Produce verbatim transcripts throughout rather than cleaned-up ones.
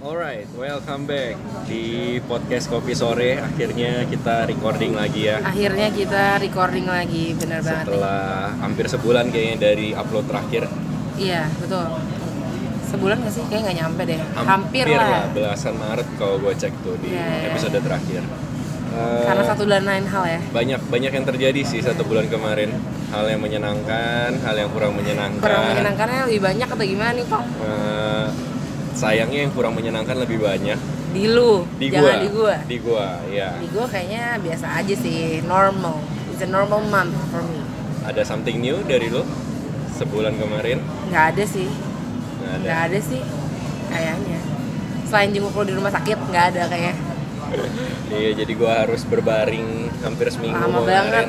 Alright, welcome back di podcast Kopi Sore. Akhirnya kita recording lagi ya. Akhirnya kita recording lagi, benar banget. Setelah hampir sebulan kayaknya dari upload terakhir. Iya, betul. Sebulan nggak sih? Kayaknya nggak nyampe deh. Hampir, Hampir lah. lah, belasan Maret kalau gue cek tuh di Iya, iya. episode terakhir. Eh, Karena satu dan lain hal ya. banyak banyak yang terjadi sih satu bulan kemarin. Hal yang menyenangkan, hal yang kurang menyenangkan. Kurang menyenangkannya lebih banyak atau gimana nih kok? Eh, sayangnya yang kurang menyenangkan lebih banyak. Di lu, Di jangan gua. di gua. Di gua, ya. Di gua kayaknya biasa aja sih, normal. It's a normal month for me. Ada something new dari lo sebulan kemarin? Nggak ada sih, Nggak ada. nggak ada sih, kayaknya. Selain jenguk lu di rumah sakit, nggak ada kayaknya. Iya, jadi gue harus berbaring hampir seminggu Lama kemarin. banget.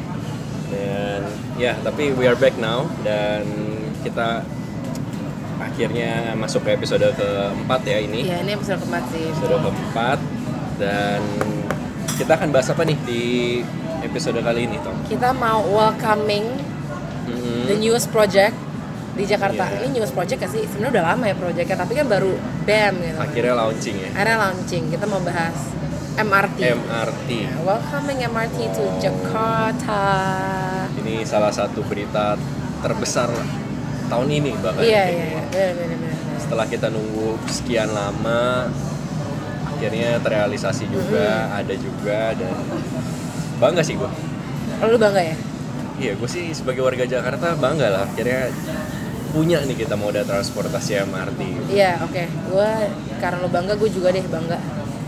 Dan ya, tapi we are back now dan kita akhirnya masuk ke episode keempat ya ini. Iya, ini episode keempat sih. Episode keempat dan kita akan bahas apa nih di episode kali ini, Tom? Kita mau welcoming Mm-hmm. the newest project di Jakarta. Iya. Ini newest project gak sih? Sebenarnya udah lama ya projectnya, tapi kan baru bam gitu. Akhirnya launching ya. Akhirnya launching. Kita mau bahas M R T. M R T. Welcoming M R T to Jakarta. Ini salah satu berita terbesar tahun ini bahkan. Iya, kayaknya. iya, iya. Benar, benar, benar. Setelah kita nunggu sekian lama, akhirnya terrealisasi juga, ada juga, dan bangga sih gue. Oh, lu bangga ya? Iya, gue sih sebagai warga Jakarta bangga lah, akhirnya punya nih kita moda transportasi M R T. Iya, oke. Gue karena lu bangga, gue juga deh bangga.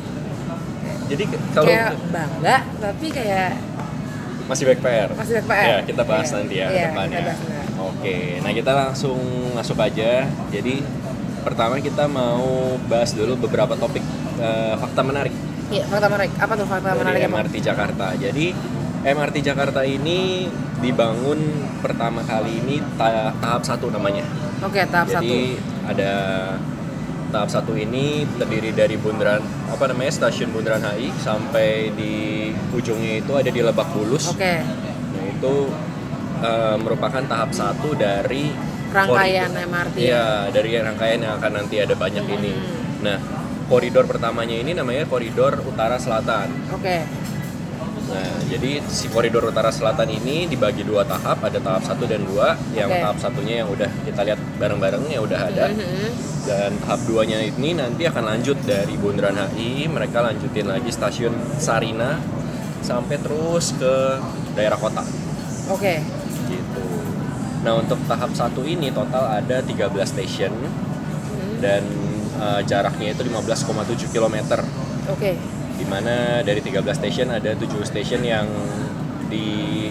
Jadi ke- kalau Kayak bangga, tapi kayak masih back P R. masih banyak P R. Ya, kita bahas Iya. nanti ya Iya, ke depannya. kita bahas nanti. Oke, nah kita langsung masuk aja. Jadi pertama kita mau bahas dulu beberapa topik eh, fakta menarik Iya, fakta menarik. Apa tuh fakta menarik? dari M R T Jakarta. Jadi M R T Jakarta ini dibangun pertama kali ini ta- tahap satu namanya. Oke, tahap satu. Jadi ada tahap satu ini terdiri dari bundaran apa namanya stasiun Bundaran H I sampai di ujungnya itu ada di Lebak Bulus. Oke. Nah itu eh, merupakan tahap satu dari Rangkaian koridor- M R T. Iya, dari rangkaian yang akan nanti ada banyak Hmm. ini. Nah, koridor pertamanya ini namanya koridor Utara Selatan. Oke. Nah, jadi si koridor Utara Selatan ini dibagi dua tahap, ada tahap satu dan dua. Yang Oke. tahap satunya yang udah kita lihat bareng-bareng ya udah ada. Mhm. Dan tahap duanya ini nanti akan lanjut dari Bundaran H I, mereka lanjutin lagi stasiun Sarina sampai terus ke daerah kota. Oke. Gitu. Nah, untuk tahap satu ini total ada tiga belas stasiun Mhm. dan eh, jaraknya itu lima belas koma tujuh kilometer. Oke. Di mana dari tiga belas stasiun ada tujuh stasiun yang di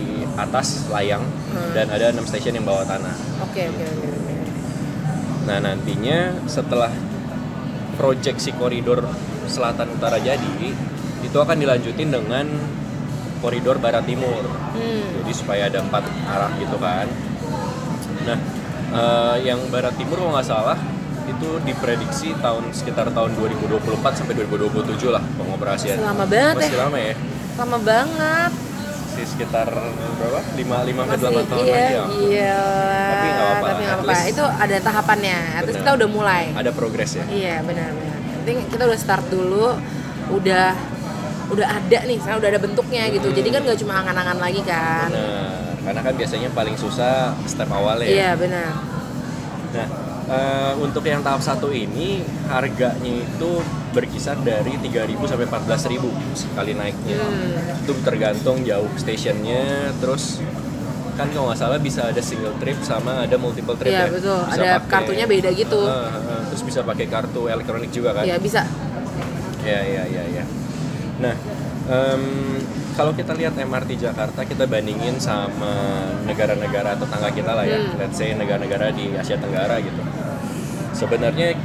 atas layang Hmm. dan ada enam stasiun yang bawah tanah. Oke, oke, oke, oke. Nah, nantinya setelah proyek si koridor selatan utara jadi, itu akan dilanjutin dengan koridor barat timur. Hmm. Jadi supaya ada empat arah gitu kan. Nah, eh, yang barat timur kalau nggak salah itu diprediksi tahun sekitar tahun dua ribu dua puluh empat sampai dua ribu dua puluh tujuh lah pengoperasian. Lama banget Masih ya. lama ya. Lama banget. Masih sekitar berapa? lima sampai Masih delapan tahun iya, lagi ya. iya. Tapi nggak apa-apa Tapi lah, nggak at apa-apa. least- Itu ada tahapannya. Terus Benar. kita udah mulai. Ada progres ya. Iya, benar-benar. Penting kita udah start dulu, udah udah ada nih, sekarang udah ada bentuknya gitu. Jadi kan nggak cuma angan-angan lagi kan. Benar. Karena kan biasanya paling susah step awalnya. Iya, benar. Nah, eh, untuk yang tahap satu ini harganya itu berkisar dari tiga ribu sampai empat belas ribu sekali naiknya. Hmm. Itu tergantung jauh stasiunnya, terus kan kalau nggak salah bisa ada single trip sama ada multiple trip Iya, ya. betul. Bisa Ada pakai- kartunya beda gitu. Ah, ah, ah. Terus bisa pakai kartu elektronik juga kan? Iya, bisa. Ya, ya, ya, ya. Nah, em, kalau kita lihat M R T Jakarta, kita bandingin sama negara-negara tetangga kita lah ya, Hmm. let's say negara-negara di Asia Tenggara gitu. Sebenarnya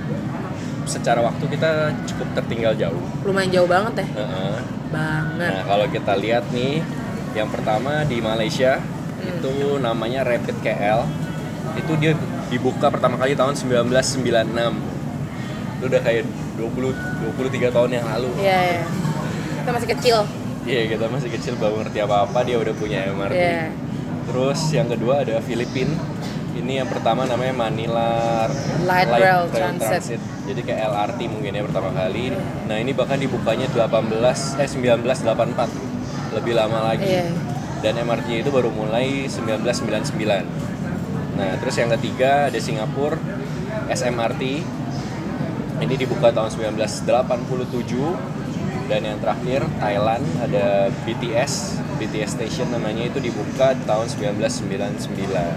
secara waktu kita cukup tertinggal jauh. Lumayan jauh banget ya. Heeh. Banget. Nah, kalau kita lihat nih, yang pertama di Malaysia Hmm. itu namanya Rapid K L. Itu dia dibuka pertama kali tahun seribu sembilan ratus sembilan puluh enam. Itu udah kayak dua puluh dua puluh tiga tahun yang lalu. Iya, iya. Kita masih kecil. Iya, kita masih kecil, belum ngerti apa-apa, dia udah punya M R T. Iya. Terus yang kedua ada Filipina. Ini yang pertama namanya Manila Light Rail Transit. Jadi kayak L R T mungkin ya pertama kali. Nah ini bahkan dibukanya delapan belas eh sembilan belas delapan puluh empat, lebih lama lagi. Iya. Dan M R T itu baru mulai sembilan belas sembilan puluh sembilan. Nah terus yang ketiga ada Singapura S M R T. Ini dibuka tahun sembilan belas delapan puluh tujuh. Dan yang terakhir Thailand ada B T S, B T S Station namanya, itu dibuka tahun sembilan belas sembilan puluh sembilan.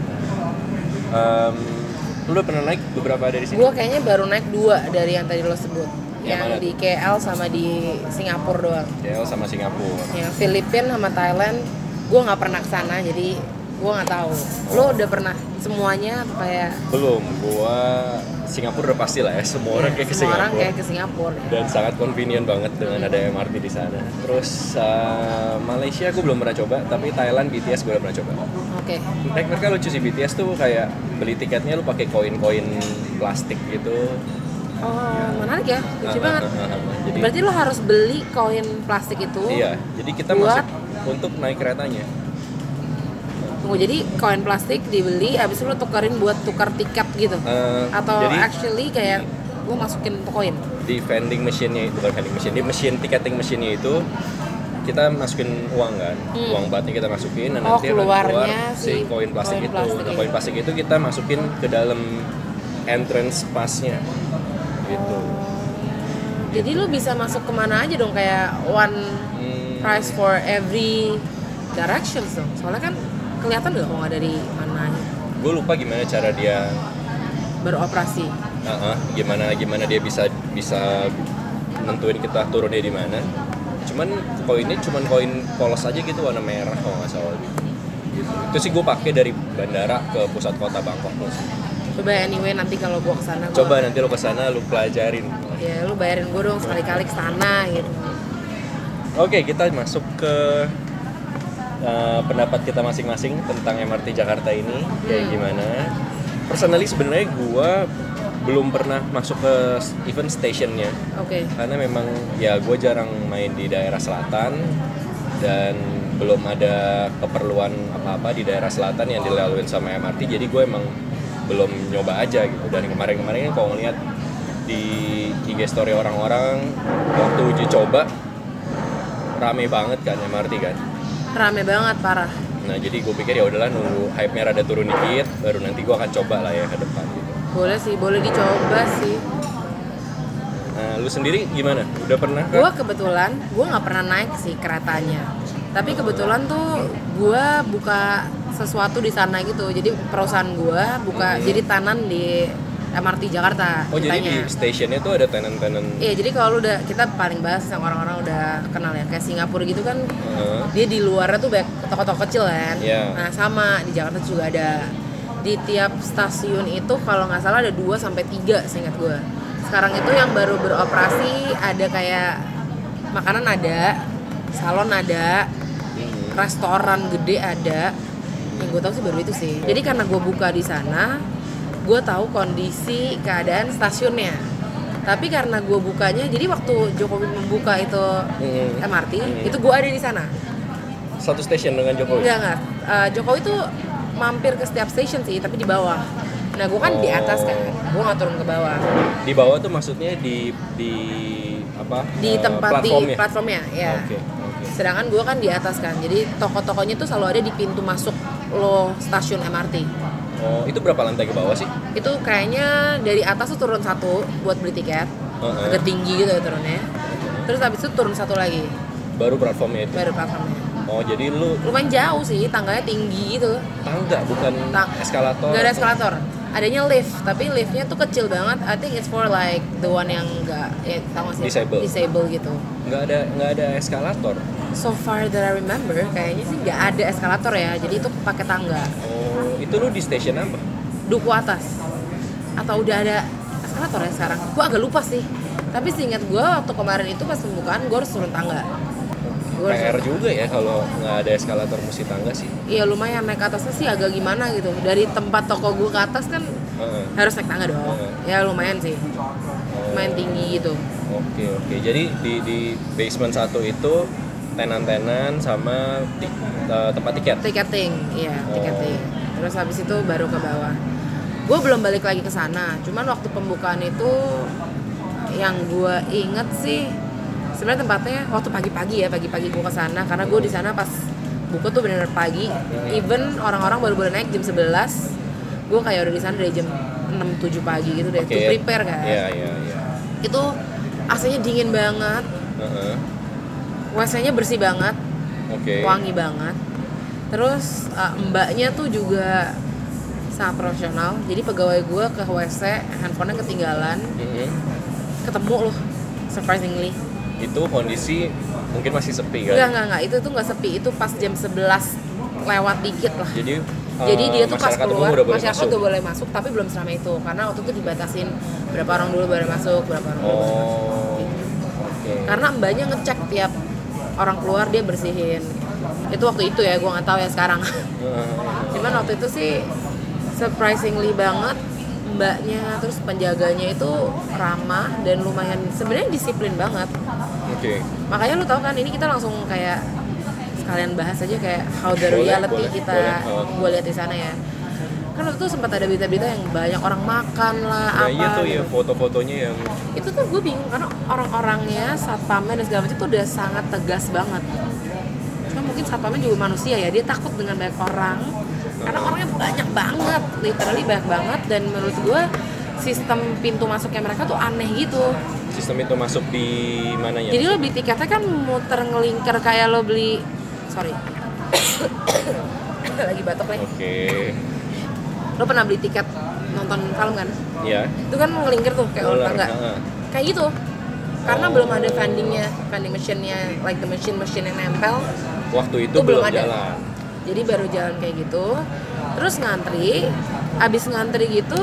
Um, lu udah pernah naik beberapa dari sini? Gue kayaknya baru naik dua dari yang tadi lo sebut. Yang Yang, mana di K L sama di Singapura doang. K L sama Singapura. Yang Filipina sama Thailand gue nggak pernah kesana, jadi gue nggak tahu. Lo udah pernah semuanya atau kayak? Belum, gua Singapura udah pasti lah ya, semua orang kayak ke Semua orang Singapura. kayak ke Singapura. Dan sangat convenient banget dengan ada M R T di sana. Terus uh, Malaysia gue belum pernah coba, tapi Thailand B T S gue udah pernah coba. Oke. Naik mereka lucu sih, B T S tuh kayak beli tiketnya lu pakai koin-koin plastik gitu. Oh, menarik ya, lucu Ah, banget. ah, ah, ah. Jadi Berarti lo harus beli koin plastik itu. iya, jadi kita buat- masuk untuk naik keretanya. Tunggu, jadi koin plastik dibeli, abis itu lo tukerin buat tukar tiket gitu? Uh, Atau jadi actually kayak lo masukin tuh koin? di vending machine-nya itu, bukan vending machine, di mesin tiketing machine-nya itu kita masukin uang kan, Hmm. uang bahtnya kita masukin, dan Oh, nanti akan keluarnya keluar si si koin plastik koin itu. plastik Nah, itu. koin plastik itu kita masukin ke dalam entrance pass-nya gitu. Jadi lo bisa masuk kemana aja dong, kayak one Hmm, price for every directions dong. Soalnya kan kelihatan nggak kalau nggak dari mana gue lupa gimana cara dia, beroperasi. uh-uh, gimana gimana dia bisa bisa nentuin kita turunnya di mana. Cuman koinnya cuman koin polos aja gitu, warna merah kalau nggak salah gitu. Gitu. Itu sih gue pakai dari bandara ke pusat kota Bangkok terus. Coba anyway nanti kalau gua kesana. Gua, Coba nanti lo kesana lo pelajarin. Ya lo bayarin gua dong sekali-kali kesana gitu. Oke, kita masuk ke uh, pendapat kita masing-masing tentang M R T Jakarta ini kayak Hmm. gimana. Personally sebenarnya gue belum pernah masuk ke even stationnya, Oke. karena memang ya gue jarang main di daerah selatan dan belum ada keperluan apa-apa di daerah selatan yang dilaluin sama M R T, jadi gue emang belum nyoba aja gitu. Dan kemarin-kemarin kan kalau ngeliat di I G story orang-orang waktu uji coba rame banget kan M R T kan. Rame banget, parah. Nah jadi gue pikir ya udahlah nunggu hype-nya rada turun dikit, baru nanti gue akan coba lah ya ke depan gitu. Boleh sih, boleh dicoba sih. Nah lu sendiri gimana? Udah pernah Gue kan? kebetulan, gue nggak pernah naik sih keretanya. Tapi kebetulan tuh gue buka sesuatu di sana gitu. Jadi perusahaan gue buka Hmm. jadi tanan di M R T Jakarta. Oh jadi di ceritanya. stationnya tuh ada tenan-tenan. Iya, jadi kalau lu udah, kita paling bahas yang orang-orang udah kenal ya, kayak Singapura gitu kan, Heeh. dia di luarnya tuh banyak toko-toko kecil kan. Iya. Nah sama di Jakarta juga ada. Di tiap stasiun itu kalau nggak salah ada dua sampai tiga seingat gue. Sekarang itu yang baru beroperasi ada kayak makanan ada, salon ada, Hmm. restoran gede ada. Yang gue tahu sih baru itu sih. Jadi karena gue buka di sana, gue tahu kondisi keadaan stasiunnya. Tapi karena gue bukanya, jadi waktu Jokowi membuka itu Hmm. M R T, Hmm. itu gue ada di sana. Satu station dengan Jokowi? Enggak enggak. Uh, Jokowi tuh mampir ke setiap station sih, tapi di bawah. Nah gue kan di atas kan, gue nggak turun ke bawah. Di bawah tuh maksudnya di di apa? Di eh, tempat platformnya? di platformnya, ya. Oke, oke. Sedangkan gue kan di atas kan, jadi toko-tokonya tuh selalu ada di pintu masuk lo stasiun M R T. Oh, itu berapa lantai ke bawah sih? Itu kayaknya dari atas tuh turun satu buat beli tiket, Heeh. agak tinggi gitu ya turunnya. Terus habis itu turun satu lagi, Baru platformnya itu. baru platformnya. Oh, jadi lu Lumayan jauh sih, tangganya tinggi gitu. tangga bukan Tang- eskalator? Nggak ada eskalator, adanya lift, tapi liftnya tuh kecil banget. I think it's for like the one yang nggak, ya tau nggak sih? Disable. Disable gitu. Nggak ada nggak ada eskalator. So far that I remember, kayaknya sih nggak ada eskalator ya, jadi itu pakai tangga. Oh, itu lu di station apa? Duku atas. Atau udah ada eskalator ya sekarang? Gue agak lupa sih. Tapi seingat gue waktu kemarin itu pas pembukaan gue harus turun tangga. Gua P R harus- juga ya kalau nggak ada eskalator mesti tangga sih. Iya lumayan, naik ke atasnya sih agak gimana gitu. Dari tempat toko gue ke atas kan Heeh. harus naik tangga dong. Heeh. Ya lumayan sih. Lumayan tinggi gitu. Oke oke. Jadi di di basement satu itu tenan-tenan sama ti- eh, tempat tiket. Tiketing, iya Oh. tiketing. terus habis itu baru ke bawah. Gue belum balik lagi ke sana, cuman waktu pembukaan itu yang gue inget sih sebenarnya tempatnya waktu pagi-pagi ya, pagi-pagi gue ke sana karena gue di sana pas buka tuh bener-bener pagi. Even orang-orang baru boleh naik jam sebelas, gue kayak udah di sana dari jam enam tujuh pagi gitu deh, okay. To prepare kan. Iya, iya, iya. Itu A C-nya dingin banget. Uh-huh. W C-nya bersih banget. Okay. Wangi banget. Terus uh, mbaknya tuh juga sangat profesional. Jadi pegawai gue ke W C, handphonenya ketinggalan. Uh-huh. Ketemu loh, surprisingly. Itu kondisi mungkin masih sepi kan? Enggak, enggak, enggak. Itu tuh enggak sepi. Itu pas jam sebelas lewat dikit lah. Jadi Uh, Jadi dia tuh pas keluar, udah masyarakat udah boleh masuk, tapi belum seramai itu. Karena waktu itu dibatasin berapa orang dulu boleh masuk, berapa orang dulu oh, boleh masuk. Okay. Karena mbaknya ngecek tiap orang keluar dia bersihin. Itu waktu itu ya, gue nggak tahu ya sekarang. Cuman waktu itu sih surprisingly banget mbaknya, terus penjaganya itu ramah dan lumayan sebenarnya disiplin banget. Oke. Okay. Makanya lu tahu kan ini kita langsung kayak kalian bahas aja kayak how the boleh, reality boleh, kita oh. gue lihat di sana ya. Kan waktu itu sempat ada berita-berita yang banyak orang makan lah, nah, apa iya tuh gitu. Ya foto-fotonya yang itu tuh gue bingung karena orang-orangnya satpamnya dan segala macam itu udah sangat tegas banget. Cuma mungkin satpamnya juga manusia ya, dia takut dengan banyak orang karena orangnya banyak banget, literally banyak banget. Dan menurut gue sistem pintu masuknya mereka tuh aneh gitu. Sistem itu masuk di mananya? Jadi lo beli tiketnya kan muter ngelingkar kayak lo beli sorry lagi batuk nih. Oke. Okay. Lo pernah beli tiket nonton film kan? Iya. Itu kan ngelingkar tuh kayak orang tangga. Kayak gitu. Karena oh. belum ada vendingnya, vending machine-nya, like the machine-machine yang nempel. Waktu itu, itu belum, belum ada. Jalan. Jadi baru jalan kayak gitu. Terus ngantri, abis ngantri gitu,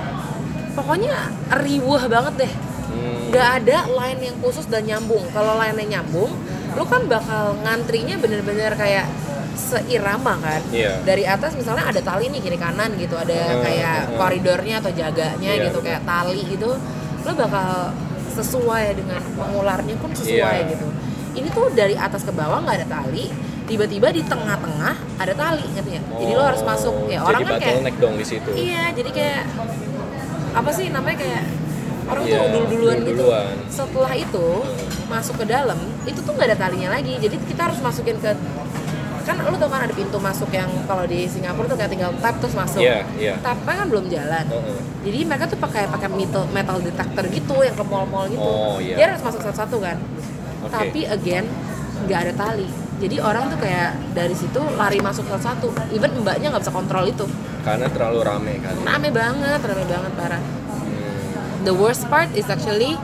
pokoknya riuh banget deh. Hmm. Gak ada line yang khusus dan nyambung. Kalau line yang nyambung, lu kan bakal ngantrinya bener-bener kayak seirama kan. Yeah. Dari atas misalnya ada tali nih kiri kanan gitu, ada uh, kayak uh, koridornya atau jaganya yeah, gitu, kayak tali gitu. Lu bakal sesuai dengan pengularnya pun sesuai yeah. gitu. Ini tuh dari atas ke bawah nggak ada tali, tiba-tiba di tengah-tengah ada tali gitu ya. Oh, jadi lo harus masuk ya. Orang jadi kan kayak bottleneck dong di situ. Iya, jadi kayak apa sih namanya kayak orang yeah, tuh dulu-duluan gitu. Duluan. Setelah itu masuk ke dalam, itu tuh nggak ada talinya lagi. Jadi kita harus masukin ke, kan lu tau kan ada pintu masuk yang kalau di Singapura tuh kayak tinggal tap terus masuk. Yeah, yeah. Tapnya kan belum jalan. Uh-huh. Jadi mereka tuh pakai pakai metal metal detector gitu yang ke mall-mall gitu. Oh, yeah. Dia harus masuk satu-satu kan. Okay. Tapi again nggak ada tali. Jadi orang tuh kayak dari situ lari masuk satu-satu. Even mbaknya nggak bisa kontrol itu. Karena terlalu rame kan. Rame banget, rame banget parah. The worst part is actually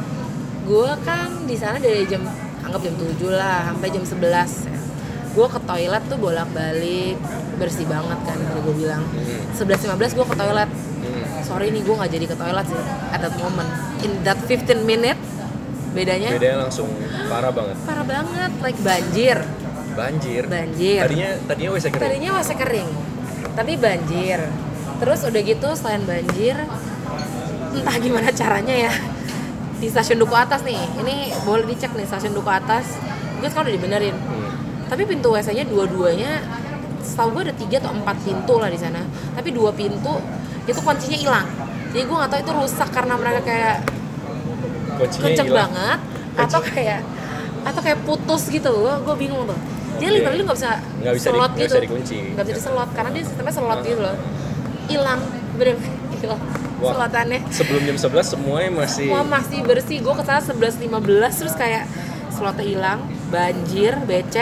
gue kan di sana dari jam anggap jam tujuh lah sampai jam sebelas ya. Gue ke toilet tuh bolak-balik, bersih banget kan kalau gue bilang. sebelas lima belas gue ke toilet. Sorry nih gue nggak jadi ke toilet sih at that moment. In that fifteen minute bedanya. Bedanya langsung parah banget. Parah banget, like banjir. Banjir. Banjir. Tadinya tadinya W C kering. Tadinya W C kering, tapi banjir. Terus udah gitu selain banjir, entah gimana caranya ya, di stasiun Duku Atas nih, ini boleh dicek nih stasiun Duku Atas, gue sekarang udah dibenerin. Hmm. Tapi pintu W C-nya dua-duanya, setahu gue ada tiga atau empat pintu lah di sana. Tapi dua pintu itu kuncinya hilang. Jadi gue nggak tahu itu rusak karena mereka kayak kenceng banget, Kunci. atau kayak atau kayak putus gitu. Gue bingung tuh. Jadi okay. literally nggak bisa, nggak bisa selot di, gitu, nggak bisa dikunci. Nggak bisa diselot karena dia sistemnya selot gitu loh. Hilang, bener-bener hilang. Wah, selotannya. Sebelum jam sebelas semuanya masih Semua masih bersih. Gue kesana sebelas lima belas terus kayak slotnya hilang, banjir, becek.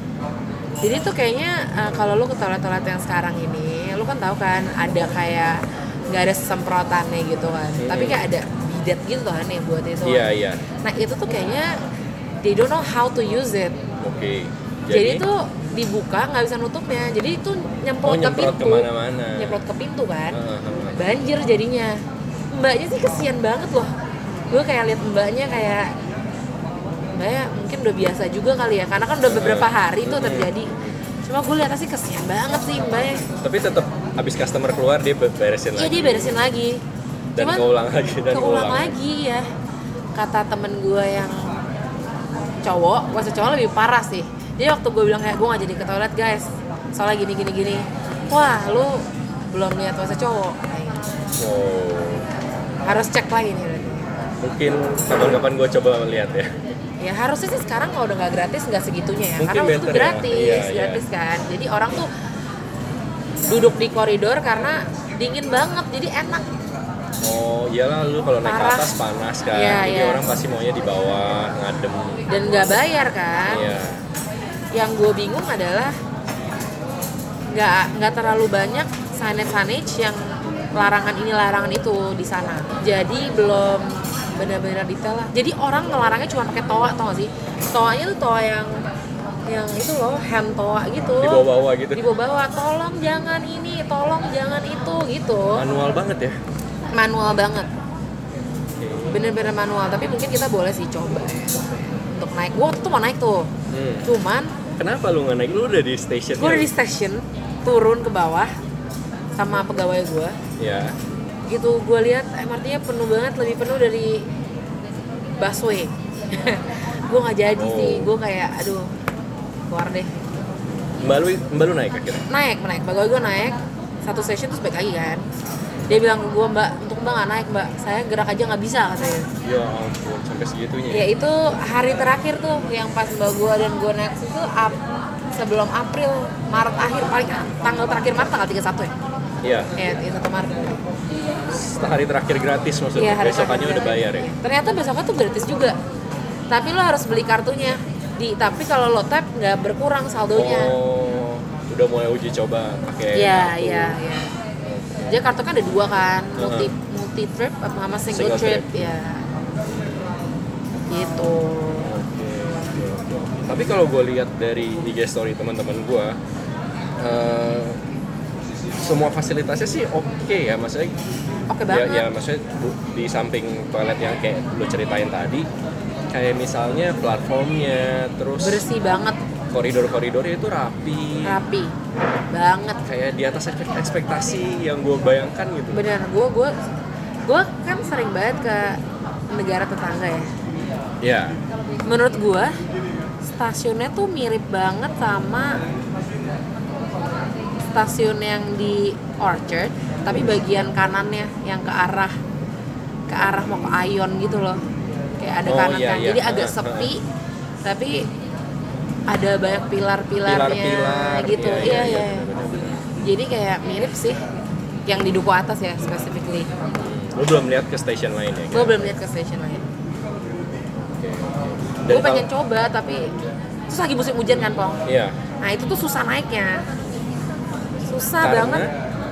Jadi tuh kayaknya uh, kalau lu ke toilet-toilet yang sekarang ini, lu kan tahu kan ada kayak nggak ada semprotannya gitu kan. Hmm. Tapi kayak ada bidet gitu kan yang buat itu. Iya, iya. Nah, itu tuh kayaknya they don't know how to use it. Oke. Okay. Jadi, Jadi tuh dibuka nggak bisa nutupnya, jadi itu nyemprot, oh, nyemprot ke pintu, kemana-mana. nyemprot ke pintu kan, uh, uh, banjir jadinya. Mbaknya sih kesian banget loh, gue kayak liat mbaknya kayak, mbaknya mungkin udah biasa juga kali ya, karena kan udah beberapa hari tuh terjadi. Cuma gue liatnya sih kesian banget sih mbaknya. Tapi tetap abis customer keluar dia beresin lagi. Iya dia beresin lagi. Dan Cuman, keulang lagi dan keulang lagi ya. Kata temen gue yang cowok, waktu cowok lebih parah sih. Jadi waktu gue bilang kayak gue gak jadi ke toilet guys, soalnya gini gini gini, wah lu belum lihat website cowok kayak gitu. Oh, Harus cek lagi nih berarti. mungkin kapan-kapan gue coba lihat ya. Ya harusnya sih sekarang kalau udah nggak gratis nggak segitunya ya. Mungkin Karena waktu itu better ya. gratis, Iya, iya. gratis kan. Jadi orang tuh duduk di koridor karena dingin banget, jadi enak. Oh iyalah, lu kalau naik ke Parah. atas panas kan, Iya, jadi iya. orang pasti maunya di bawah, ngadem. Dan nggak bayar kan. Iya. Yang gue bingung adalah nggak nggak terlalu banyak signage-signage yang larangan ini larangan itu di sana. Jadi belum benar-benar detail lah. Jadi orang ngelarangnya cuma pakai toa, tau gak sih? Toanya tuh toa yang yang itu loh, hand toa gitu. Di bawah-bawah gitu. Di bawah-bawah, tolong jangan ini, tolong jangan itu gitu. Manual banget ya. Manual banget. Bener-bener manual, tapi mungkin kita boleh sih coba ya. Untuk naik. Gue waktu itu mau naik tuh. Hmm. Cuman Kenapa lu nggak naik? Lu udah di station. gue udah di station, turun ke bawah sama pegawai gue. Ya. Gitu gue lihat M R T-nya penuh banget, lebih penuh dari busway. Gue nggak jadi Oh. sih, gue kayak aduh keluar deh. Mbak lu, mbak lu naik akhirnya? Naik, naik, pegawai gue naik satu station terus balik lagi kan. Dia bilang ke gue, mbak, untuk mbak nggak naik mbak, saya gerak aja nggak bisa katanya. Ya ampun, sampai segitunya. Ya itu hari terakhir tuh yang pas mbak gue dan gue naik situ ap, sebelum April, Maret akhir paling tanggal terakhir Maret tanggal tiga puluh satu ya. Iya. Ya, tiga puluh satu Maret. Hari terakhir gratis maksudnya. Iya, hari Besokannya terakhir udah bayar ya. Ternyata besoknya tuh gratis juga. Tapi lo harus beli kartunya. Di tapi kalau lo tap nggak berkurang saldonya. Oh, udah mulai uji coba pakai Iya, kartu. iya, iya. Jadi kartu kan ada dua kan, multi multi trip sama single, Single trip, trip. ya. Gitu. Oke, oke, oke. Tapi kalau gue lihat dari I G story teman-teman gue, eh, semua fasilitasnya sih oke ya, maksudnya. Oke Ya, banget. ya maksudnya bu- di samping toilet yang kayak lu ceritain tadi, kayak misalnya platformnya, terus Bersih banget, koridor-koridornya itu rapi, rapi banget. kayak di atas ekspek- ekspektasi yang gue bayangkan gitu. Bener, gue gue gue kan sering banget ke negara tetangga ya. Ya, Menurut gue stasiunnya tuh mirip banget sama stasiun yang di Orchard, tapi bagian kanannya yang ke arah ke arah mau ke Ion gitu loh, kayak ada Oh, kanan iya, kan, iya. jadi agak Ha, ha. sepi, tapi ada banyak pilar-pilarnya pilar-pilar gitu, iya, iya iya, iya. iya, bener-bener. Jadi kayak mirip sih, yang di Duku Atas ya specifically. Lu belum lihat ke stasiun lain ya? Gue belum lihat ke station lain. Dan Gue pengen kalau- coba tapi terus lagi musim hujan kan Pong. Iya. Nah itu tuh susah naiknya, susah Karena? banget.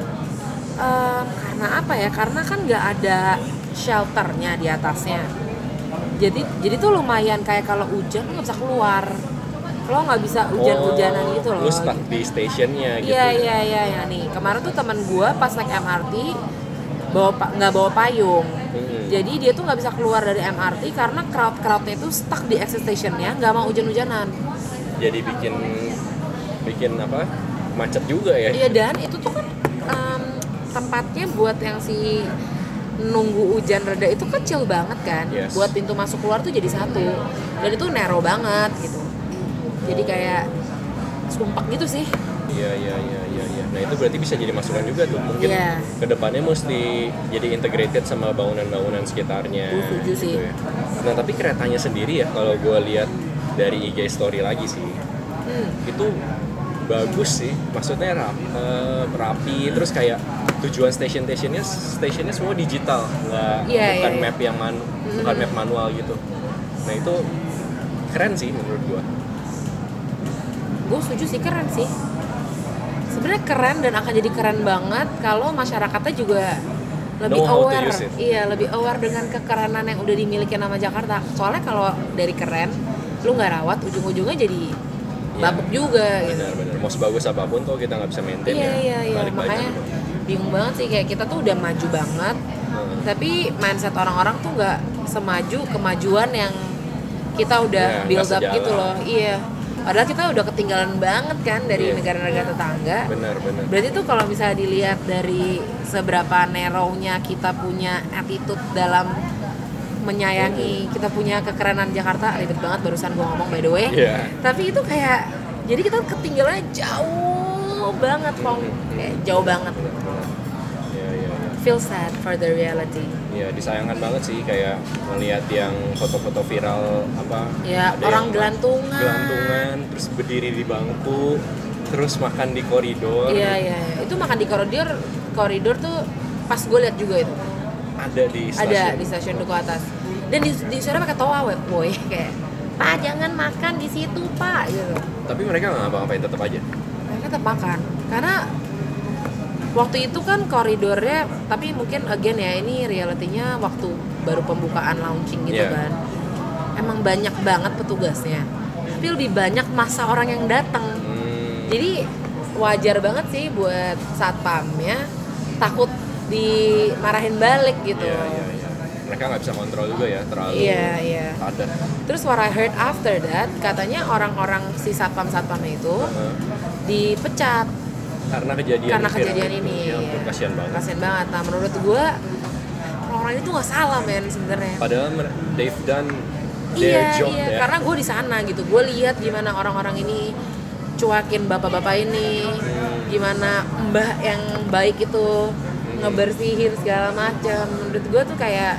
Em, karena apa ya? Karena kan nggak ada shelternya di atasnya. Jadi jadi tuh lumayan kayak kalau hujan lo nggak bisa keluar, lo nggak bisa hujan-hujanan Oh, gitu loh. Lu stuck di stationnya gitu. Iya iya iya ya nih. Kemarin tuh teman gue pas naik M R T bawa pa- nggak bawa payung. Hmm. Jadi dia tuh nggak bisa keluar dari M R T karena crowd-crowdnya itu stuck di exit stationnya, nggak mau hujan-hujanan. Jadi bikin bikin apa? Macet juga ya. Iya dan itu tuh kan em, tempatnya buat yang si nunggu hujan reda itu kecil banget kan. Yes. Buat pintu masuk keluar tuh jadi satu. Dan itu narrow banget gitu. Jadi kayak sumpek gitu sih. Iya iya iya iya iya. Nah, itu berarti bisa jadi masukan juga tuh. Mungkin Iya. kedepannya mesti jadi integrated sama bangunan-bangunan sekitarnya. Gue setuju sih. ya. Nah, tapi keretanya sendiri ya kalau gue lihat dari I G story lagi sih. Hmm. Itu bagus sih, maksudnya rap, eh, rapi, terus kayak tujuan station-stationnya stationnya semua digital, nggak Iya, bukan iya, iya. map yang man, bukan map manual gitu. Nah itu keren sih menurut gua. Gue setuju sih, keren sih. Sebenarnya keren dan akan jadi keren banget kalau masyarakatnya juga lebih Know how to aware. use it. Iya, lebih aware dengan kekerenan yang udah dimiliki nama Jakarta. Soalnya kalau dari keren, lu nggak rawat, ujung-ujungnya jadi babuk juga gitu. Benar-benar, mau sebagus apapun tuh kita nggak bisa maintain Iya ya. iya iya, Balik lagi makanya gitu. bingung banget sih, kayak kita tuh udah maju banget, Hmm. tapi mindset orang-orang tuh nggak semaju kemajuan yang kita udah Ya, build nggak up gitu sejalan. loh. Iya. Padahal kita udah ketinggalan banget kan dari Iya. negara-negara tetangga. Benar-benar. Berarti tuh kalau misalnya dilihat dari seberapa narrow-nya kita punya attitude dalam menyayangi, kita punya kekerenan Jakarta, ribet banget barusan gue ngomong by the way. Iya. Tapi itu kayak, jadi kita ketinggalan jauh jauh banget Pong, kayak jauh banget. Iya, iya, iya. Feel sad for the reality. Iya, disayangkan banget sih kayak melihat yang foto-foto viral apa Ya, ada orang yang gelantungan. gelantungan terus berdiri di bangku terus makan di koridor. Iya, iya, iya. Itu makan di koridor, koridor tuh pas gue lihat juga itu. Ada di stasiun. Ada di stasiun Duku Atas. Dan di di sana pakai toa web boy kayak, "Pak, jangan makan di situ, Pak." gitu. Tapi mereka nggak ngapa-ngapain, tetap aja. Mereka tetap makan. Karena waktu itu kan koridornya, tapi mungkin again ya ini realitinya waktu baru pembukaan launching gitu Yeah. kan. Emang banyak banget petugasnya. Tapi lebih banyak masa orang yang datang. Hmm, Jadi wajar banget sih buat satpamnya takut dimarahin balik gitu. Iya, iya, iya. Mereka nggak bisa kontrol juga ya, terlalu Iya, iya. padat. Terus what I heard after that, katanya orang-orang si satpam-satpamnya itu Heeh. dipecat Karena kejadian karena viral kejadian ini. Ya ampun, kasihan banget. Kasian banget. Nah, menurut gue orang-orang itu nggak salah men sebenarnya. Padahal mer- they've done Iya, their job iya. ya. Karena gue di sana gitu. Gue lihat gimana orang-orang ini cuakin bapak-bapak ini, gimana mbah yang baik itu ngebersihin segala macam. Menurut gue tuh kayak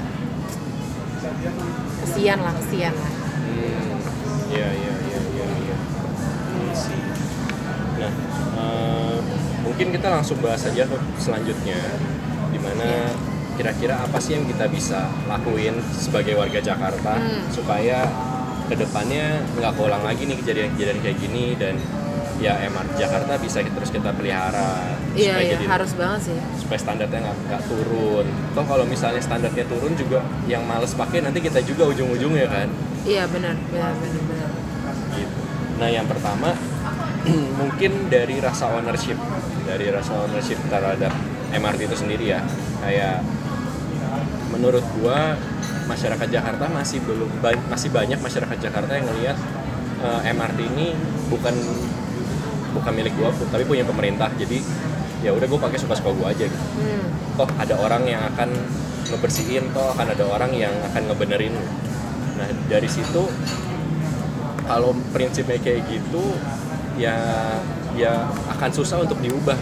kesian lah, kesian lah. Hmm, iya, iya, iya, iya, iya. Iya sih. Nah, eh, mungkin kita langsung bahas aja ke selanjutnya, dimana Iya. kira-kira apa sih yang kita bisa lakuin sebagai warga Jakarta Hmm. supaya kedepannya nggak keulang lagi nih kejadian-kejadian kayak gini dan ya M R T Jakarta bisa terus kita pelihara Iya, supaya iya, jadi harus banget sih. supaya standarnya nggak nggak turun. Toh kalau misalnya standarnya turun juga yang males pakai nanti kita juga ujung-ujungnya kan. Iya, benar, benar, benar, benar. Gitu. Nah yang pertama mungkin dari rasa ownership, dari rasa ownership terhadap M R T itu sendiri ya. Kayak menurut gua masyarakat Jakarta masih belum ba- masih banyak masyarakat Jakarta yang ngelihat eh, M R T ini bukan bukan milik gua tapi punya pemerintah. Jadi ya udah gua pakai suka-suka gua aja gitu. Hmm. Toh ada orang yang akan ngebersihin, toh akan ada orang yang akan ngebenerin. Nah dari situ kalau prinsipnya kayak gitu ya ya akan susah untuk diubah.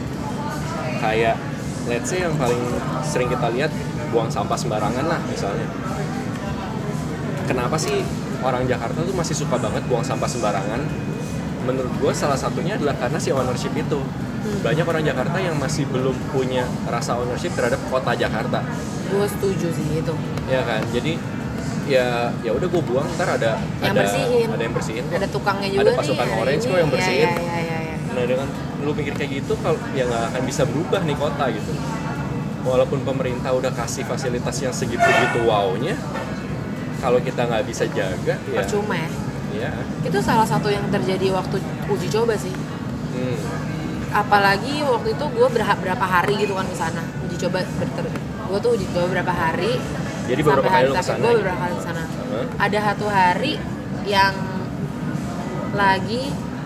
Kayak let's say yang paling sering kita lihat buang sampah sembarangan lah misalnya. Kenapa sih orang Jakarta tuh masih suka banget buang sampah sembarangan? Menurut gue salah satunya adalah karena si ownership itu. Banyak orang Jakarta yang masih belum punya rasa ownership terhadap kota Jakarta. Gue setuju sih itu. Ya kan, jadi ya ya udah gue buang, ntar ada Yang ada bersihin. ada yang bersihin kok. Ada tukangnya juga Ada nih. pasukan ada orange ini. kok yang bersihin. Iya, iya, iya, iya. Nah dengan lu mikir kayak gitu, kalau ya nggak akan bisa berubah nih kota gitu. Walaupun pemerintah udah kasih fasilitas yang segitu-gitu wownya, kalau kita nggak bisa jaga, ya. Percuma ya. Ya. Itu salah satu yang terjadi waktu uji coba sih. Hmm. Apalagi waktu itu gue berapa berapa hari gitu kan ke sana uji coba berter gue tuh uji coba berapa hari. Jadi beberapa kali lu sampai kesana gue gitu? beberapa kali kesana. Huh? Ada satu hari yang lagi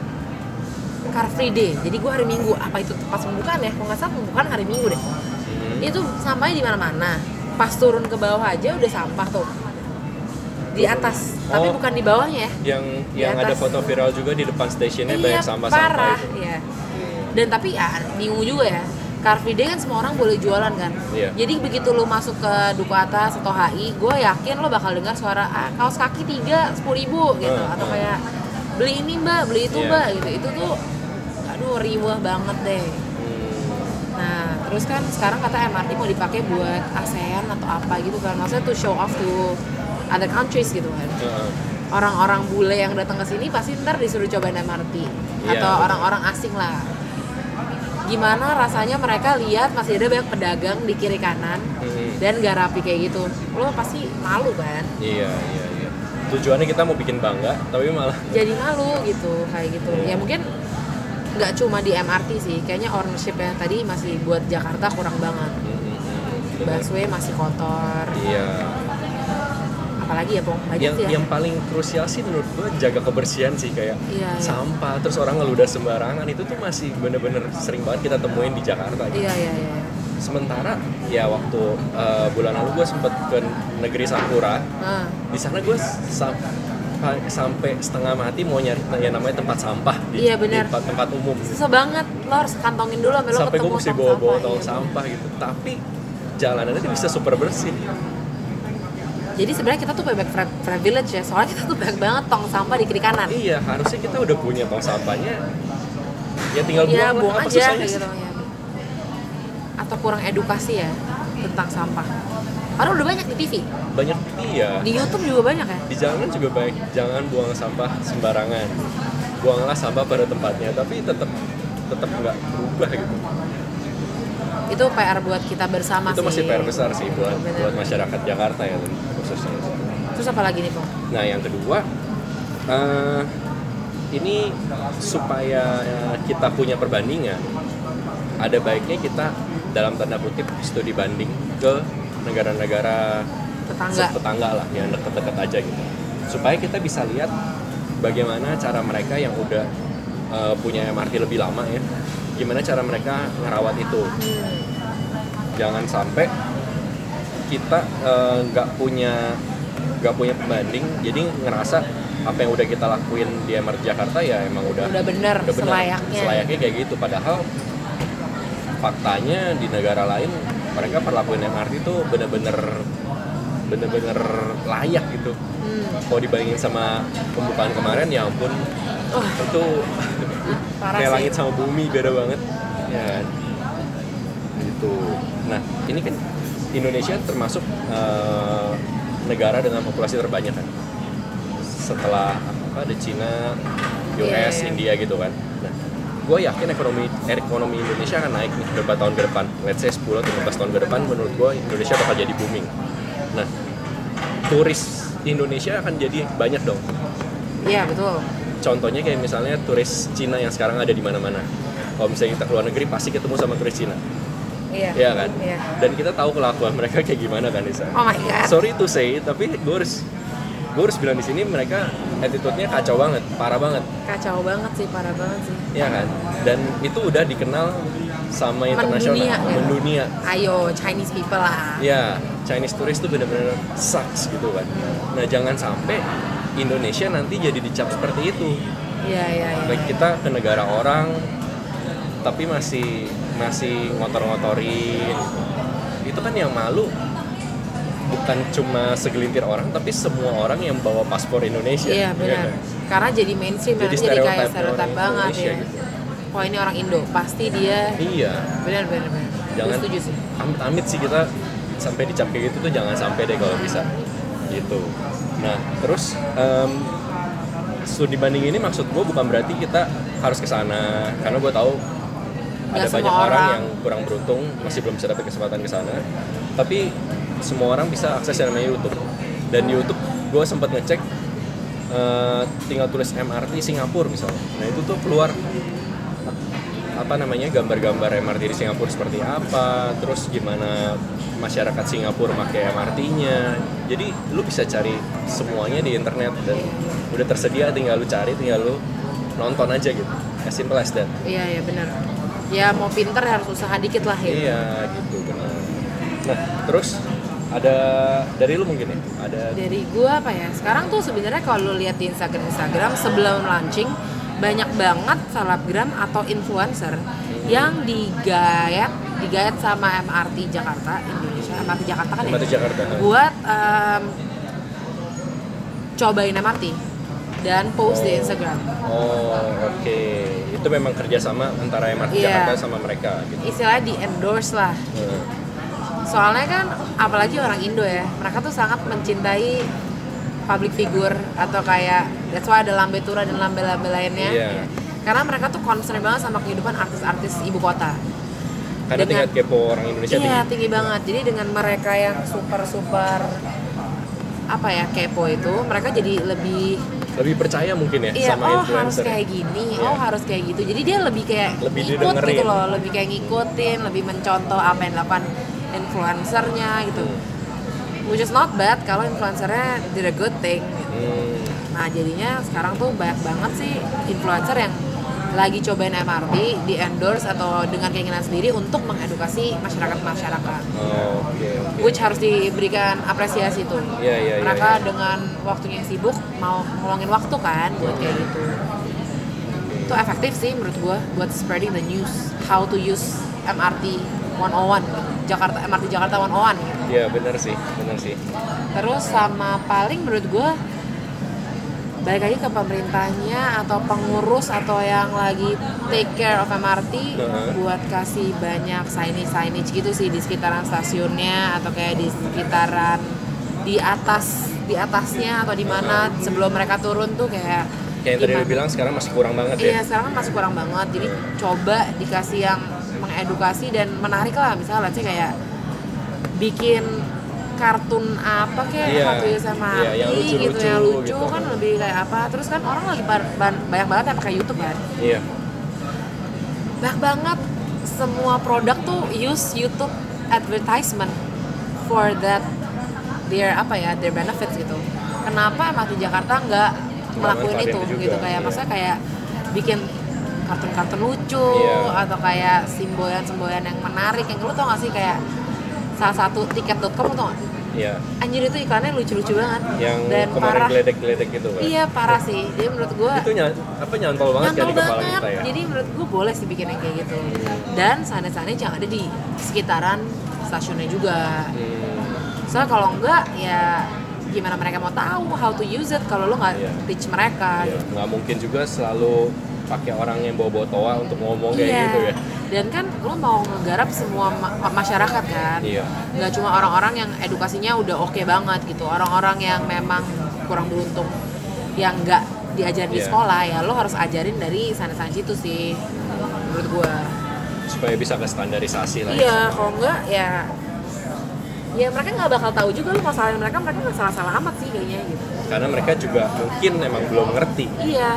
Car Free Day. Jadi gue hari Minggu, apa itu pas pembukaan ya? Kalau nggak salah pembukaan hari Minggu deh. Hmm. Itu sampahnya di mana-mana. Pas turun ke bawah aja udah sampah tuh di atas, tapi Oh. bukan di bawahnya ya. Yang Di yang ada atas. foto viral juga di depan stasiunnya Iya, banyak sampah-sampah parah, itu. ya. Dan tapi ya bingung juga ya. Car Free Day kan semua orang boleh jualan kan. Iya. Jadi begitu lo masuk ke Duku Atas atau H I, gue yakin lo bakal dengar suara ah, kaos kaki tiga sepuluh ribu gitu, Uh, atau uh. kayak beli ini mbak, beli itu Iya. mbak gitu. Itu tuh aduh riwah banget deh. Hmm. Nah terus kan sekarang kata M R T mau dipakai buat ASEAN atau apa gitu kan, maksudnya to show off to other countries gitu kan. Uh-uh. Orang-orang bule yang datang ke sini pasti ntar disuruh cobain M R T Iya, atau betul. orang-orang asing lah. Gimana rasanya mereka lihat masih ada banyak pedagang di kiri kanan Hmm. dan gak rapi kayak gitu, lo pasti malu kan, Iya, iya, iya. Tujuannya kita mau bikin bangga, tapi malah jadi malu gitu kayak gitu. Ya mungkin nggak cuma di M R T sih, kayaknya ownershipnya tadi masih buat Jakarta kurang banget. Hmm, hmm, hmm. Bener. Busway masih kotor, Iya. apalagi ya Pong, banyak Yang sih ya. yang paling krusial sih menurut gue jaga kebersihan sih, kayak Iya, iya. sampah terus orang ngeludah sembarangan itu tuh masih bener-bener sering banget kita temuin di Jakarta gitu. Iya iya iya. Sementara ya waktu uh, bulan lalu gue sempet ke negeri Sakura, Nah, di sana gue sam- pa- sampai setengah mati mau nyari yang namanya tempat sampah di, Iya, benar. di tempat, tempat umum gitu. Susah banget, lo harus kantongin dulu sampai lo Sampai ketemu gue mesti tong bawa-bawa sampah. tong Iya, sampah gitu. Tapi jalanan itu bisa super bersih. Jadi sebenarnya kita tuh back privilege ya, soalnya kita tuh banyak banget tong sampah di kiri kanan. Iya, harusnya kita udah punya tong sampahnya. Ya tinggal Ya, buang, buang lah, apa aja susahnya kayak sih? gitu ya. Atau kurang edukasi ya tentang sampah. Karena udah banyak di T V, Banyak iya. di YouTube juga banyak ya. Di jalanan juga baik, jangan buang sampah sembarangan. Buanglah sampah pada tempatnya, tapi tetap tetap nggak berubah gitu. Itu P R buat kita bersama Itu sih. masih P R besar sih buat Bener. buat masyarakat Jakarta ya khususnya. Terus apa lagi nih, Pong? Nah yang kedua, eh, ini supaya kita punya perbandingan, ada baiknya kita dalam tanda kutip studi banding ke negara-negara Tetangga. tetangga lah, yang dekat-dekat aja gitu, supaya kita bisa lihat bagaimana cara mereka yang udah uh, punya M R T lebih lama ya, gimana cara mereka ngerawat itu. Hmm. Jangan sampai kita nggak uh, punya nggak punya pembanding, jadi ngerasa apa yang udah kita lakuin di M R T Jakarta ya emang udah Udah bener, udah bener, selayaknya. selayaknya kayak gitu. Padahal faktanya di negara lain mereka perlakuin M R T itu bener-bener bener-bener layak gitu. Hmm. Kalau dibandingin sama pembukaan kemarin ya ampun, Wah, itu parah kayak sih. langit sama bumi, beda banget ya gitu. Nah ini kan Indonesia termasuk uh, negara dengan populasi terbanyak kan, setelah apa ada Cina, U S, Iya, iya. India gitu kan. Nah gue yakin ekonomi ekonomi Indonesia akan naik nih beberapa tahun ke depan. Let's say sepuluh atau lima belas tahun ke depan, menurut gue Indonesia bakal jadi booming. Nah turis Indonesia akan jadi banyak dong. Iya, betul. Contohnya kayak misalnya turis Cina yang sekarang ada di mana-mana. Kalau misalnya kita keluar negeri pasti ketemu sama turis Cina, Iya. iya kan? Iya. Dan kita tahu kelakuan mereka kayak gimana kan di sana. Oh my god. Sorry to say, tapi gue harus gue harus bilang di sini mereka attitude-nya kacau banget, parah banget, Kacau banget sih, parah banget sih. iya kan? Dan itu udah dikenal sama internasional, Mendunia, ya? mendunia. Ayo, Chinese people lah. Ya, Chinese tourist tuh bener-bener sucks gitu kan. Nah jangan sampai Indonesia nanti jadi dicap seperti itu. Iya, iya, iya. Baik kita ke negara orang, tapi masih masih ngotor-ngotorin. Itu kan yang malu bukan cuma segelintir orang, tapi semua orang yang bawa paspor Indonesia. Iya, ya benar. kan? Karena jadi mainstream, Jadi jadi, jadi kayak stereotype stereotip orang banget Indonesia ya. gitu. Oh ini orang Indo, pasti dia. Iya. Benar, benar, benar. Gue Jangan setuju sih. amit-amit sih kita sampai dicap kayak gitu tuh jangan sampai deh kalau bisa. Gitu. Nah, terus em, studi banding ini maksud gue bukan berarti kita harus ke sana, karena gue tahu ada Nggak semua banyak orang, orang. yang kurang beruntung masih belum bisa dapat kesempatan ke sana. Tapi semua orang bisa akses yang namanya YouTube. Dan di YouTube gue sempat ngecek eh, tinggal tulis M R T Singapura misalnya. Nah, itu tuh keluar apa namanya gambar-gambar M R T di Singapura seperti apa, terus gimana masyarakat Singapura pakai M R T-nya. Jadi lu bisa cari semuanya di internet dan udah tersedia, tinggal lu cari, tinggal lu nonton aja gitu. As simple as that. Iya, iya benar. Ya mau pinter harus usaha dikit lah ya. Iya gitu benar. Nah terus ada dari lu mungkin ya ada Dari gua apa ya? Sekarang tuh sebenarnya kalau lu lihat di Instagram Instagram sebelum launching banyak banget selebgram atau influencer yang digayat digayat sama M R T Jakarta Indonesia, M R T Jakarta kan M R T ya, Jakarta. buat em, cobain M R T dan post di Instagram. Oh oke, itu memang kerjasama antara M R T Iya. Jakarta sama mereka gitu. Istilahnya di endorse lah. Hmm. Soalnya kan apalagi orang Indo ya, mereka tuh sangat mencintai public figure atau kayak that's why ada lambe tura dan lambe-lambe lainnya. Iya. Karena mereka tuh concern banget sama kehidupan artis-artis ibu kota. Karena Dengan- tingkat kepo orang Indonesia Iya, tinggi. tinggi banget. Jadi dengan mereka yang super-super apa ya, kepo itu, mereka jadi lebih Lebih percaya mungkin ya iya, sama oh harus influencer. kayak gini, Iya. oh harus kayak gitu. Jadi dia lebih kayak Lebih ngikut didengerin. gitu loh, lebih kayak ngikutin, lebih mencontoh apa yang dilakukan influencernya gitu. Hmm. Which is not bad kalau influencernya did a good thing gitu. Hmm. Nah jadinya sekarang tuh banyak banget sih influencer yang lagi cobain M R T di endorse atau dengan keinginan sendiri untuk mengedukasi masyarakat-masyarakat. Oh, oke okay, oke. Okay. Which harus diberikan apresiasi tuh. Iya, iya, iya. Mereka Ya. dengan waktunya yang sibuk mau ngeluangin waktu kan buat kayak gitu. Itu efektif sih menurut gue buat spreading the news how to use M R T seratus satu Jakarta M R T Jakarta seratus satu gitu. Iya benar sih, benar sih. Terus sama paling menurut gue balik lagi ke pemerintahnya atau pengurus atau yang lagi take care of M R T uh-huh. buat kasih banyak signage-signage gitu sih di sekitaran stasiunnya atau kayak di sekitaran di atas di atasnya atau di mana uh-huh. sebelum mereka turun tuh kayak kayak yang tadi lu bilang sekarang masih kurang banget ya. Iya, sekarang kan masih kurang banget. Jadi uh. coba dikasih yang mengedukasi dan menarik lah, misalnya sih kayak bikin kartun apa kayak yeah. Hot Wheels M R T yeah, yang lucu, gitu yang lucu gitu. Kan lebih kayak apa, terus kan orang lagi bar- ban- banyak banget yang pakai YouTube kan. Iya. Yeah. Banyak banget semua produk tuh use YouTube advertisement for that their apa ya their benefits gitu. Kenapa M R T Jakarta nggak ngelakuin itu, itu gitu kayak yeah. maksudnya kayak bikin kartun-kartun lucu yeah. atau kayak simbolan-simbolan yang menarik yang lu tau gak sih kayak salah satu tiket dot com lu tau gak? Iya. Anjir itu iklannya lucu-lucu banget. Yang dan kemarin parah. geledek-geledek gitu kan. Iya, parah sih. Jadi menurut gua itu ny- apa nyantol banget nyantol kan di kepala banget. kita ya. Jadi menurut gua boleh sih bikin yang kayak gitu. Dan signage-signage yang ada di sekitaran stasiunnya juga. Hmm. Soalnya kalau enggak ya gimana mereka mau tahu how to use it kalau lu nggak yeah. teach mereka. Yeah. Gitu. Nggak mungkin juga selalu pakai orang yang bawa-bawa toa untuk ngomong kayak yeah. gitu ya. Dan kan lo mau ngegarap semua ma- masyarakat kan, iya. nggak cuma orang-orang yang edukasinya udah oke okay banget gitu, orang-orang yang memang kurang beruntung, yang nggak diajarin yeah. di sekolah ya lo harus ajarin dari sana-sana itu sih, menurut gua. Supaya bisa ke standarisasi lah. Iya, kalau nggak ya, ya mereka nggak bakal tahu juga lo masalahin mereka, mereka nggak salah-salah amat sih kayaknya gitu. Karena mereka juga mungkin emang belum ngerti. Iya.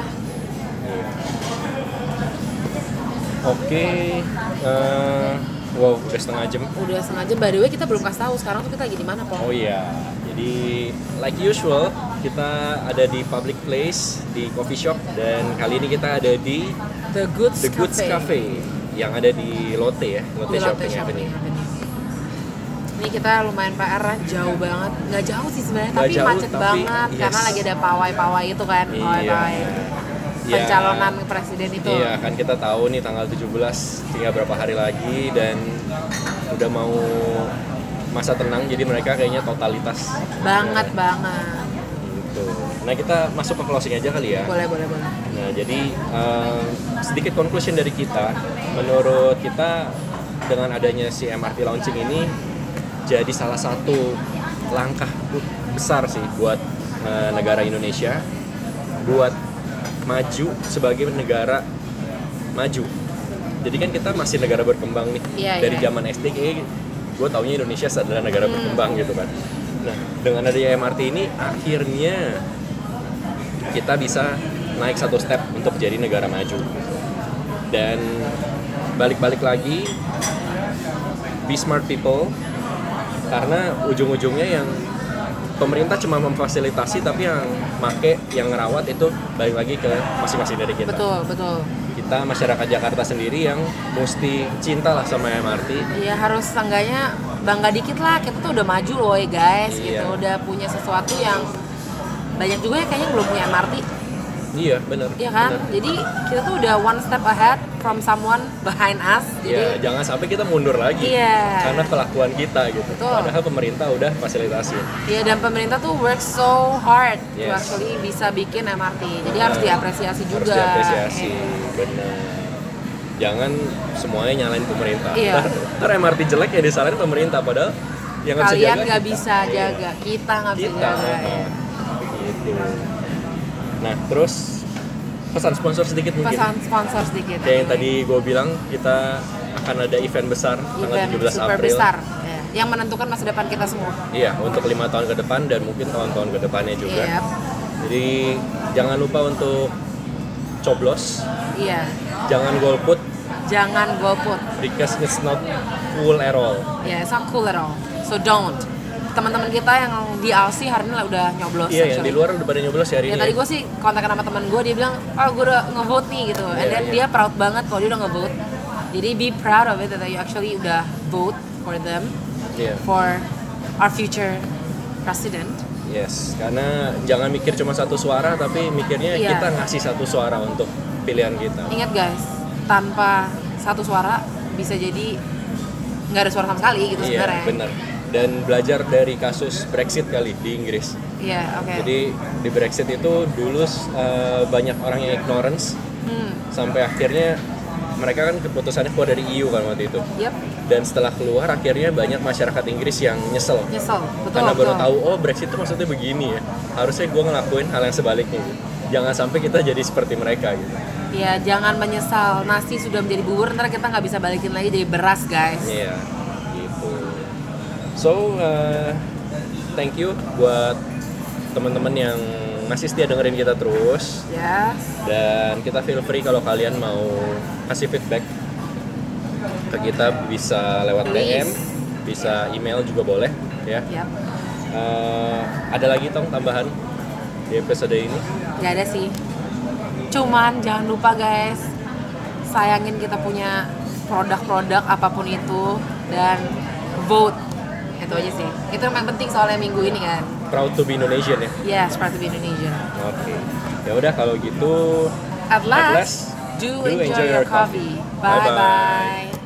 Oke, okay. uh, wow udah setengah jam. Udah setengah jam. By the way kita belum kasih tahu sekarang tuh kita lagi di mana, Pong? Oh iya, jadi like usual kita ada di public place di coffee shop dan kali ini kita ada di The Goods, The Goods Cafe. Cafe yang ada di Lotte ya, Lotte, di Shopping, Lotte Shopping Avenue. Ini kita lumayan P R, jauh banget, nggak jauh sih sebenarnya, tapi jauh, macet tapi, banget yes. karena lagi ada pawai-pawai itu kan, Iya. pawai-pawai pencalonan ya. Presiden itu. Iya, kan kita tahu nih tanggal tujuh belas tinggal berapa hari lagi dan udah mau masa tenang, jadi mereka kayaknya totalitas banget nah, banget. Gitu. Nah kita masuk ke closing aja kali ya. Boleh boleh boleh. Nah jadi uh, sedikit conclusion dari kita, menurut kita dengan adanya si M R T launching ini jadi salah satu langkah besar sih buat uh, negara Indonesia buat maju sebagai negara maju. Jadi kan kita masih negara berkembang nih. Iya, dari iya. zaman S D kayak gue taunya Indonesia adalah negara hmm. berkembang gitu kan. Nah dengan adanya M R T ini akhirnya kita bisa naik satu step untuk jadi negara maju. Dan balik-balik lagi, be smart people, karena ujung-ujungnya yang pemerintah cuma memfasilitasi, tapi yang make, yang ngerawat itu balik lagi ke masing-masing dari kita. Betul, betul. Kita masyarakat Jakarta sendiri yang mesti cinta lah sama M R T. Iya, harus seenggaknya bangga dikit lah, kita tuh udah maju loh ya guys, Iya. gitu. Udah punya sesuatu yang banyak juga ya kayaknya belum punya M R T. Iya, benar. Iya kan? Bener. Jadi kita tuh udah one step ahead from someone behind us. Iya, Jadi jangan sampai kita mundur lagi. Iya. Karena kelakuan kita gitu. Betul. Padahal pemerintah udah fasilitasi. Iya, dan pemerintah tuh work so hard to Yes. actually bisa bikin M R T. Jadi Benar. harus diapresiasi juga. Harus diapresiasi, Eh. benar. Jangan semuanya nyalain pemerintah. Iya. Ntar, ntar M R T jelek ya disalahin pemerintah, padahal yang nggak bisa Kalian jaga nggak kita. bisa jaga, kita nggak bisa Kita, jaga. nah, Ya. gitu. Nah, terus pesan sponsor sedikit mungkin. Pesan sponsor sedikit. Kayak yang tadi gue bilang, kita akan ada event besar tanggal Event tujuh belas super April. besar, ya. Yang menentukan masa depan kita semua. Iya, untuk lima tahun ke depan dan mungkin tahun-tahun ke depannya juga. Yep. Jadi jangan lupa untuk coblos, Iya. jangan golput, Jangan golput. because it's not cool at all. Ya, yeah, it's not cool at all. So don't. teman-teman kita yang di A L C hari ini lah udah nyoblos. Iya, yang actually. di luar udah pada nyoblos ya hari Ya ini. tadi ya? gue sih kontak sama teman gue, dia bilang, oh gue udah ngevote nih gitu. And Iya, then iya. dia proud banget kalau dia udah ngevote. Jadi be proud of it that you actually udah vote for them, Iya. for our future president. Yes, karena jangan mikir cuma satu suara, tapi mikirnya Iya. kita ngasih satu suara untuk pilihan kita. Ingat guys, tanpa satu suara bisa jadi nggak ada suara sama sekali gitu Iya, sebenarnya. benar. Dan belajar dari kasus Brexit kali di Inggris. Iya, oke. Jadi di Brexit itu dulu uh, banyak orang yang ignorance Hmm, sampai akhirnya mereka kan keputusannya keluar dari E U kan waktu itu. yep, Dan setelah keluar akhirnya banyak masyarakat Inggris yang nyesel. nyesel, betul Karena baru betul. tahu oh Brexit itu maksudnya begini ya. Harusnya gue ngelakuin hal yang sebaliknya gitu. Jangan sampai kita jadi seperti mereka gitu. Ya jangan menyesal, nasi sudah menjadi bubur, ntar kita nggak bisa balikin lagi jadi beras guys. Iya, gitu. So, uh, thank you buat teman-teman yang masih setia dengerin kita terus. Ya, Dan kita feel free kalau kalian mau kasih feedback ke kita, bisa lewat D M, Please. bisa email juga boleh ya. yep. Uh, ada lagi Tong tambahan di episode ini? Gak ada sih. Cuman jangan lupa guys, sayangin kita punya produk-produk apapun itu dan vote. Itu aja sih. Itu yang paling penting soalnya minggu ini kan. Proud to be Indonesian ya. Yes, part of Indonesia. Oke. Ya udah kalau gitu At last, last, do, do enjoy, enjoy your your coffee. coffee. Bye Bye-bye. bye.